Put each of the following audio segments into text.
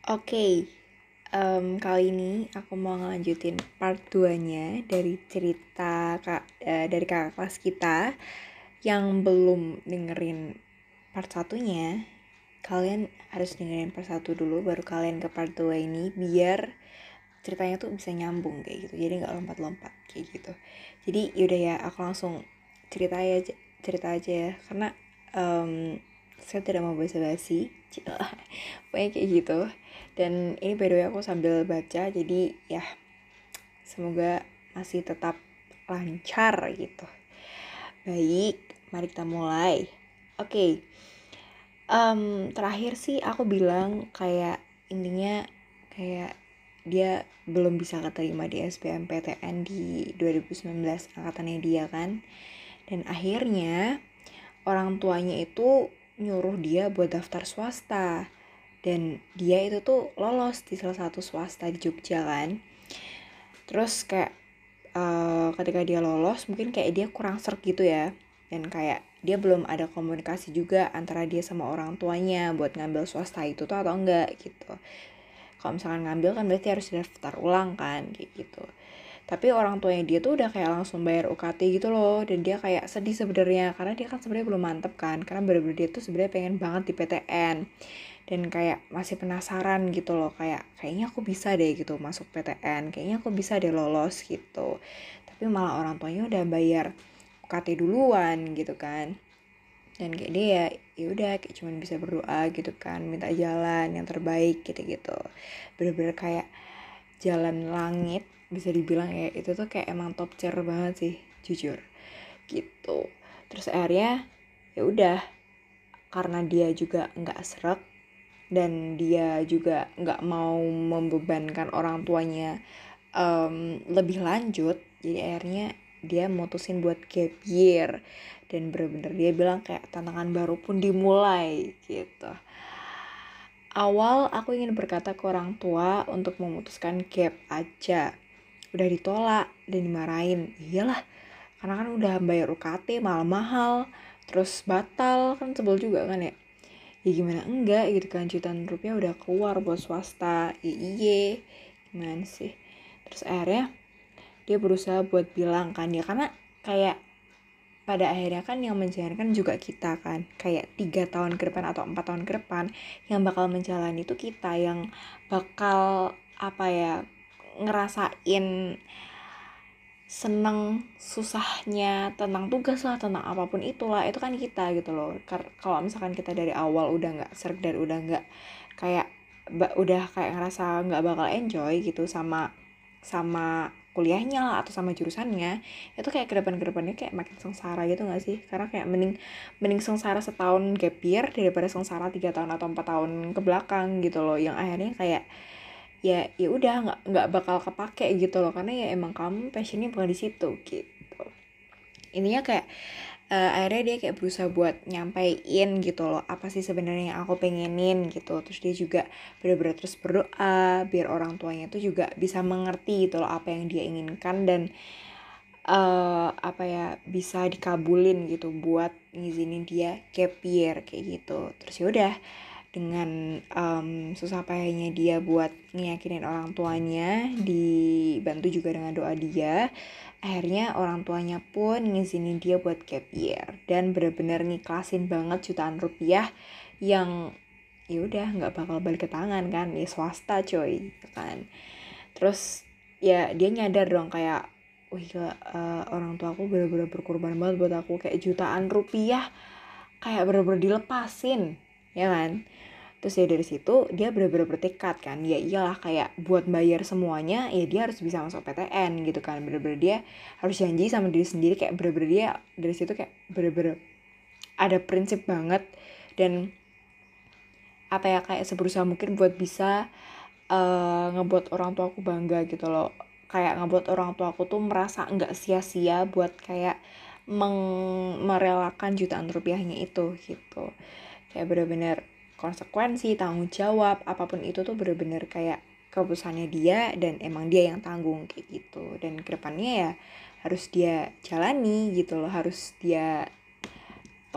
Oke, kali ini aku mau ngelanjutin part 2-nya dari dari kakak kelas kita yang belum dengerin part 1-nya. Kalian harus dengerin part 1 dulu baru kalian ke part 2 ini biar ceritanya tuh bisa nyambung kayak gitu. Jadi nggak lompat-lompat kayak gitu. Jadi yaudah ya, aku langsung cerita aja ya karena saya tidak mau basa-basi. Pokoknya kayak gitu. Dan ini by the way aku sambil baca, jadi ya semoga masih tetap lancar gitu. Baik, mari kita mulai. Oke, terakhir sih aku bilang kayak intinya kayak dia belum bisa keterima di SBMPTN di 2019 angkatannya dia kan. Dan akhirnya orang tuanya itu nyuruh dia buat daftar swasta. Dan dia itu tuh lolos di salah satu swasta di Jogja kan. Terus kayak ketika dia lolos mungkin kayak dia kurang serg gitu ya. Dan kayak dia belum ada komunikasi juga antara dia sama orang tuanya buat ngambil swasta itu tuh atau enggak gitu. Kalau misalkan ngambil kan berarti harus daftar ulang kan kayak gitu. Tapi orang tuanya dia tuh udah kayak langsung bayar UKT gitu loh. Dan dia kayak sedih sebenarnya karena dia kan sebenarnya belum mantep kan. Karena bener-bener dia tuh sebenarnya pengen banget di PTN. Dan kayak masih penasaran gitu loh, kayaknya aku bisa deh gitu masuk PTN, kayaknya aku bisa deh lolos gitu. Tapi malah orang tuanya udah bayar UKT duluan gitu kan. Dan kayak dia ya udah kayak cuman bisa berdoa gitu kan, minta jalan yang terbaik gitu-gitu. Bener-bener kayak jalan langit bisa dibilang ya, itu tuh kayak emang top tier banget sih jujur gitu. Terus akhirnya ya udah, karena dia juga nggak srek dan dia juga nggak mau membebankan orang tuanya lebih lanjut, jadi akhirnya dia mutusin buat gap year. Dan bener-bener dia bilang kayak tantangan baru pun dimulai gitu. Awal aku ingin berkata ke orang tua untuk memutuskan gap aja, udah ditolak dan dimarahin. Iyalah, karena kan udah bayar UKT mahal-mahal, terus batal kan sebel juga kan ya. Ya gimana enggak gitu kan, jutaan rupiah udah keluar buat swasta. Iye, gimana sih. Terus akhirnya dia berusaha buat bilang kan ya, karena kayak pada akhirnya kan yang menjalankan juga kita kan, kayak 3 tahun ke depan atau 4 tahun ke depan yang bakal menjalani itu kita, yang bakal apa ya, ngerasain seneng susahnya tentang tugas lah, tentang apapun itulah, itu kan kita gitu loh. Kalau misalkan kita dari awal udah nggak serg dan udah nggak kayak udah kayak ngerasa nggak bakal enjoy gitu sama kuliahnya lah atau sama jurusannya, itu kayak kedepannya kayak makin sengsara gitu nggak sih? Karena kayak mending sengsara setahun gap year daripada sengsara 3 tahun atau 4 tahun ke belakang gitu loh, yang akhirnya kayak ya udah nggak bakal kepake gitu loh, karena ya emang kamu passionnya bukan di situ gitu. Intinya kayak akhirnya dia kayak berusaha buat nyampein gitu loh apa sih sebenarnya yang aku pengenin gitu. Terus dia juga bener-bener terus berdoa biar orang tuanya tuh juga bisa mengerti gitu loh apa yang dia inginkan, dan apa ya, bisa dikabulin gitu buat ngizinin dia gap year kayak gitu. Terus ya udah, dengan susah payahnya dia buat ngeyakinin orang tuanya, dibantu juga dengan doa dia, akhirnya orang tuanya pun ngizinin dia buat gap year dan bener-bener ngiklasin banget jutaan rupiah yang ya udah nggak bakal balik ke tangan kan, ya swasta coy kan. Terus ya dia nyadar dong kayak, wih gila, orang tua aku bener-bener berkorban banget buat aku, kayak jutaan rupiah kayak bener-bener dilepasin ya kan. Terus ya dari situ dia bener-bener bertekad kan, ya iyalah kayak buat bayar semuanya ya dia harus bisa masuk PTN gitu kan. Bener-bener dia harus janji sama diri sendiri, kayak bener-bener dia dari situ kayak bener-bener ada prinsip banget. Dan apa ya, kayak seberusaha mungkin buat bisa ngebuat orang tua aku bangga gitu loh, kayak ngebuat orang tua aku tuh merasa nggak sia-sia buat kayak merelakan jutaan rupiahnya itu gitu. Kayak bener-bener konsekuensi, tanggung jawab, apapun itu tuh bener-bener kayak keputusannya dia dan emang dia yang tanggung kayak gitu. Dan kedepannya ya harus dia jalani gitu loh, harus dia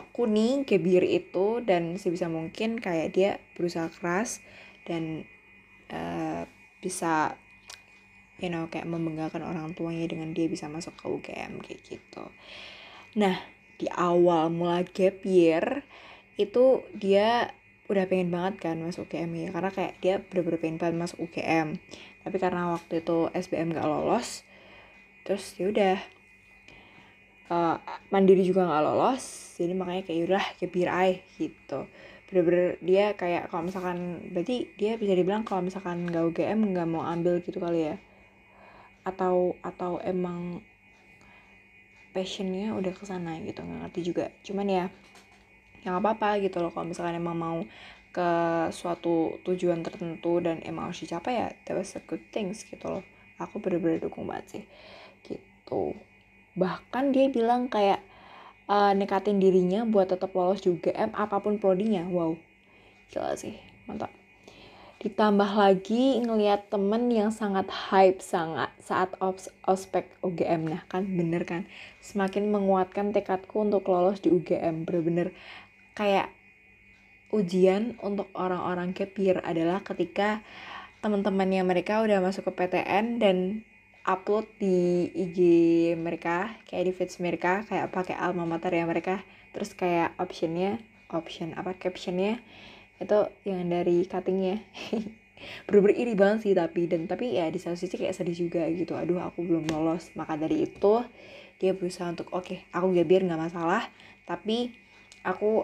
tekuni kebir itu, dan sebisa mungkin kayak dia berusaha keras dan bisa kayak membanggakan orang tuanya dengan dia bisa masuk ke UGM kayak gitu. Nah, di awal mula gap year itu dia udah pengen banget kan masuk UGM ya, karena kayak dia bener-bener pengen banget masuk UGM. Tapi karena waktu itu SBM gak lolos, terus ya udah mandiri juga gak lolos, jadi makanya kayak udah gap year aja gitu. Bener-bener dia kayak kalau misalkan, berarti dia bisa dibilang kalau misalkan gak UGM gak mau ambil gitu kali ya, atau emang passionnya udah kesana gitu, nggak ngerti juga. Cuman ya nggak apa-apa gitu loh, kalau misalkan emang mau ke suatu tujuan tertentu dan emang harus dicapai ya, that was a good things gitu loh. Aku bener-bener dukung banget sih gitu. Bahkan dia bilang kayak nekatin dirinya buat tetap lolos di UGM apapun prodinya. Wow, gila sih, mantap. Ditambah lagi ngelihat temen yang sangat hype saat ospek UGM. Nah kan bener kan, semakin menguatkan tekadku untuk lolos di UGM. Bener-bener kayak ujian untuk orang-orang gap year adalah ketika teman-temannya mereka udah masuk ke PTN dan upload di IG mereka, kayak di feeds mereka, kayak pakai alma mater ya mereka, terus kayak captionnya itu yang dari cuttingnya. Bener-bener iri banget sih, tapi ya di satu sisi kayak sedih juga gitu, aduh aku belum lolos. Maka dari itu dia berusaha untuk oke, aku gak biar nggak masalah, tapi aku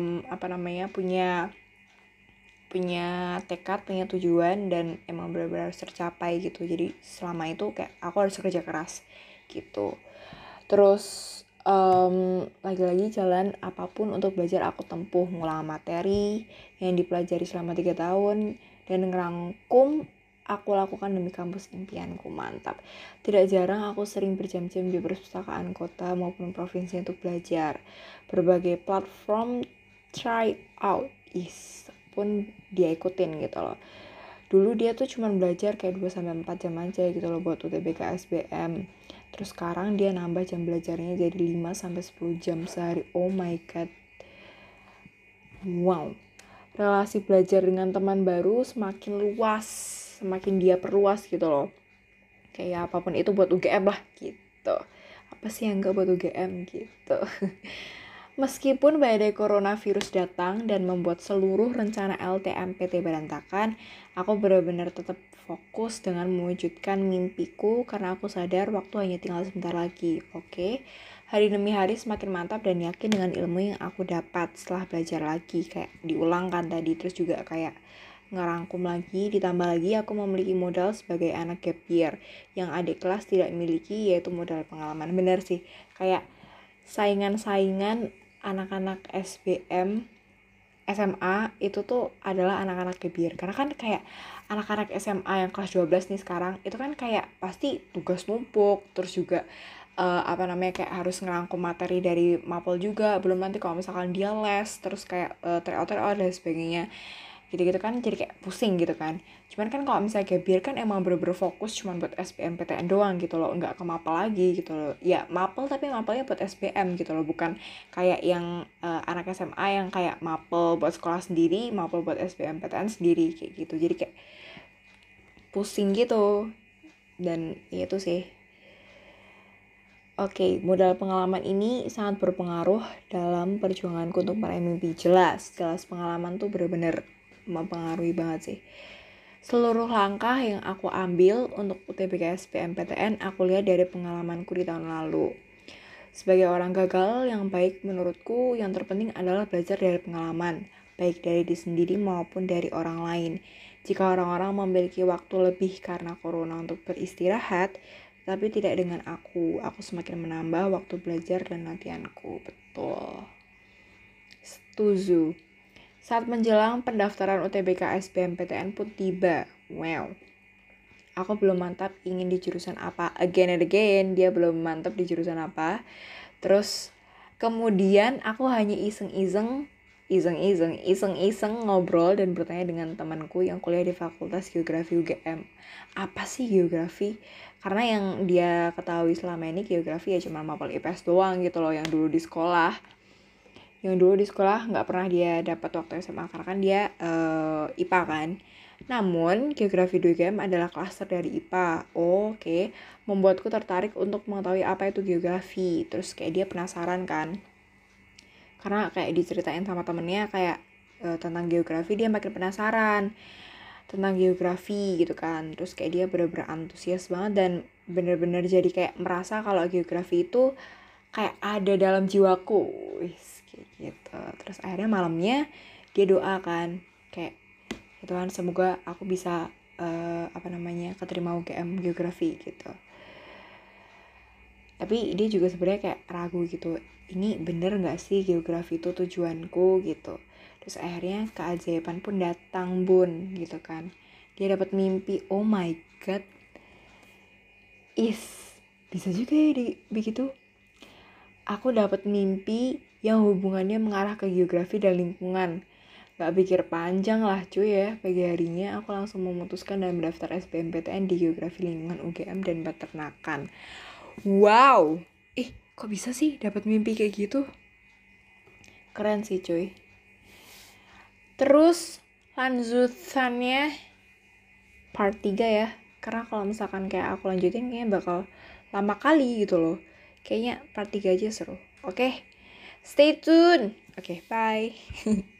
punya tekad, punya tujuan, dan emang benar-benar harus tercapai gitu. Jadi selama itu kayak aku harus kerja keras gitu. Terus lagi-lagi jalan apapun untuk belajar aku tempuh, ngulang materi yang dipelajari selama 3 tahun dan ngerangkum aku lakukan demi kampus impianku. Mantap. Tidak jarang aku sering berjam-jam di perpustakaan kota maupun provinsi untuk belajar. Berbagai platform try out pun dia ikutin gitu loh. Dulu dia tuh cuma belajar kayak 2-4 jam aja gitu loh buat UTBK SBM. Terus sekarang dia nambah jam belajarnya jadi 5-10 jam sehari. Oh my god. Wow. Relasi belajar dengan teman baru semakin luas, semakin dia perluas gitu loh. Kayak apapun itu buat UGM lah gitu. Apa sih yang gak buat UGM gitu. Meskipun badai coronavirus datang dan membuat seluruh rencana LTMPT berantakan, aku benar-benar tetap fokus dengan mewujudkan mimpiku karena aku sadar waktu hanya tinggal sebentar lagi. Oke, hari demi hari semakin mantap dan yakin dengan ilmu yang aku dapat setelah belajar lagi, kayak diulang kan tadi, terus juga kayak ngerangkum lagi. Ditambah lagi aku memiliki modal sebagai anak gap year yang adik kelas tidak miliki, yaitu modal pengalaman. Bener sih, kayak saingan-saingan anak-anak SBM SMA itu tuh adalah anak-anak gap year. Karena kan kayak anak-anak SMA yang kelas 12 nih sekarang, itu kan kayak pasti tugas numpuk, terus juga kayak harus ngerangkum materi dari mapel juga, belum nanti kalau misalkan dia les, terus kayak tryout dan sebagainya gitu-gitu kan, jadi kayak pusing gitu kan. Cuman kan kalau misalnya gap year kan emang bener-bener fokus cuman buat SBMPTN doang gitu loh, nggak ke mapel lagi gitu loh. Ya mapel tapi mapelnya buat SBM gitu loh, bukan kayak yang anak SMA yang kayak mapel buat sekolah sendiri, mapel buat SBMPTN sendiri kayak gitu. Jadi kayak pusing gitu. Dan itu sih. Oke, modal pengalaman ini sangat berpengaruh dalam perjuanganku untuk meraih mimpi. Jelas pengalaman tuh bener-bener mempengaruhi banget sih. Seluruh langkah yang aku ambil untuk UTBK SBMPTN aku lihat dari pengalamanku di tahun lalu. Sebagai orang gagal yang baik menurutku, yang terpenting adalah belajar dari pengalaman, baik dari diri sendiri maupun dari orang lain. Jika orang-orang memiliki waktu lebih karena corona untuk beristirahat, tapi tidak dengan aku semakin menambah waktu belajar dan latihanku. Betul. Setuju. Saat menjelang pendaftaran UTBK SBMPTN pun tiba. Wow. Aku belum mantap ingin di jurusan apa. Again and again, dia belum mantap di jurusan apa. Terus kemudian aku hanya iseng-iseng ngobrol dan bertanya dengan temanku yang kuliah di Fakultas Geografi UGM. Apa sih geografi? Karena yang dia ketahui selama ini geografi ya cuma mapel IPS doang gitu loh, yang dulu di sekolah. Yang dulu di sekolah nggak pernah dia dapat waktu SMA karena kan dia IPA kan. Namun, geografi di UGM adalah klaster dari IPA. Oke, membuatku tertarik untuk mengetahui apa itu geografi. Terus kayak dia penasaran kan. Karena kayak diceritain sama temennya kayak tentang geografi, dia makin penasaran tentang geografi gitu kan. Terus kayak dia bener-bener antusias banget dan bener-bener jadi kayak merasa kalau geografi itu kayak ada dalam jiwaku. Kayak gitu. Terus akhirnya malamnya dia doa kan, kayak ya Tuhan semoga aku bisa keterima UGM geografi gitu. Tapi dia juga sebenarnya kayak ragu gitu, ini bener nggak sih geografi itu tujuanku gitu. Terus akhirnya keajaiban pun datang bun gitu kan, dia dapat mimpi. Oh my god, bisa juga ya begitu. Aku dapat mimpi yang hubungannya mengarah ke geografi dan lingkungan. Gak pikir panjang lah cuy ya, pagi harinya aku langsung memutuskan dan mendaftar SBMPTN di Geografi Lingkungan UGM dan Peternakan. Wow, kok bisa sih dapat mimpi kayak gitu? Keren sih cuy. Terus lanjutannya part 3 ya, karena kalau misalkan kayak aku lanjutin kayaknya bakal lama kali gitu loh. Kayaknya part 3 aja seru. Oke, stay tune. Oke, bye.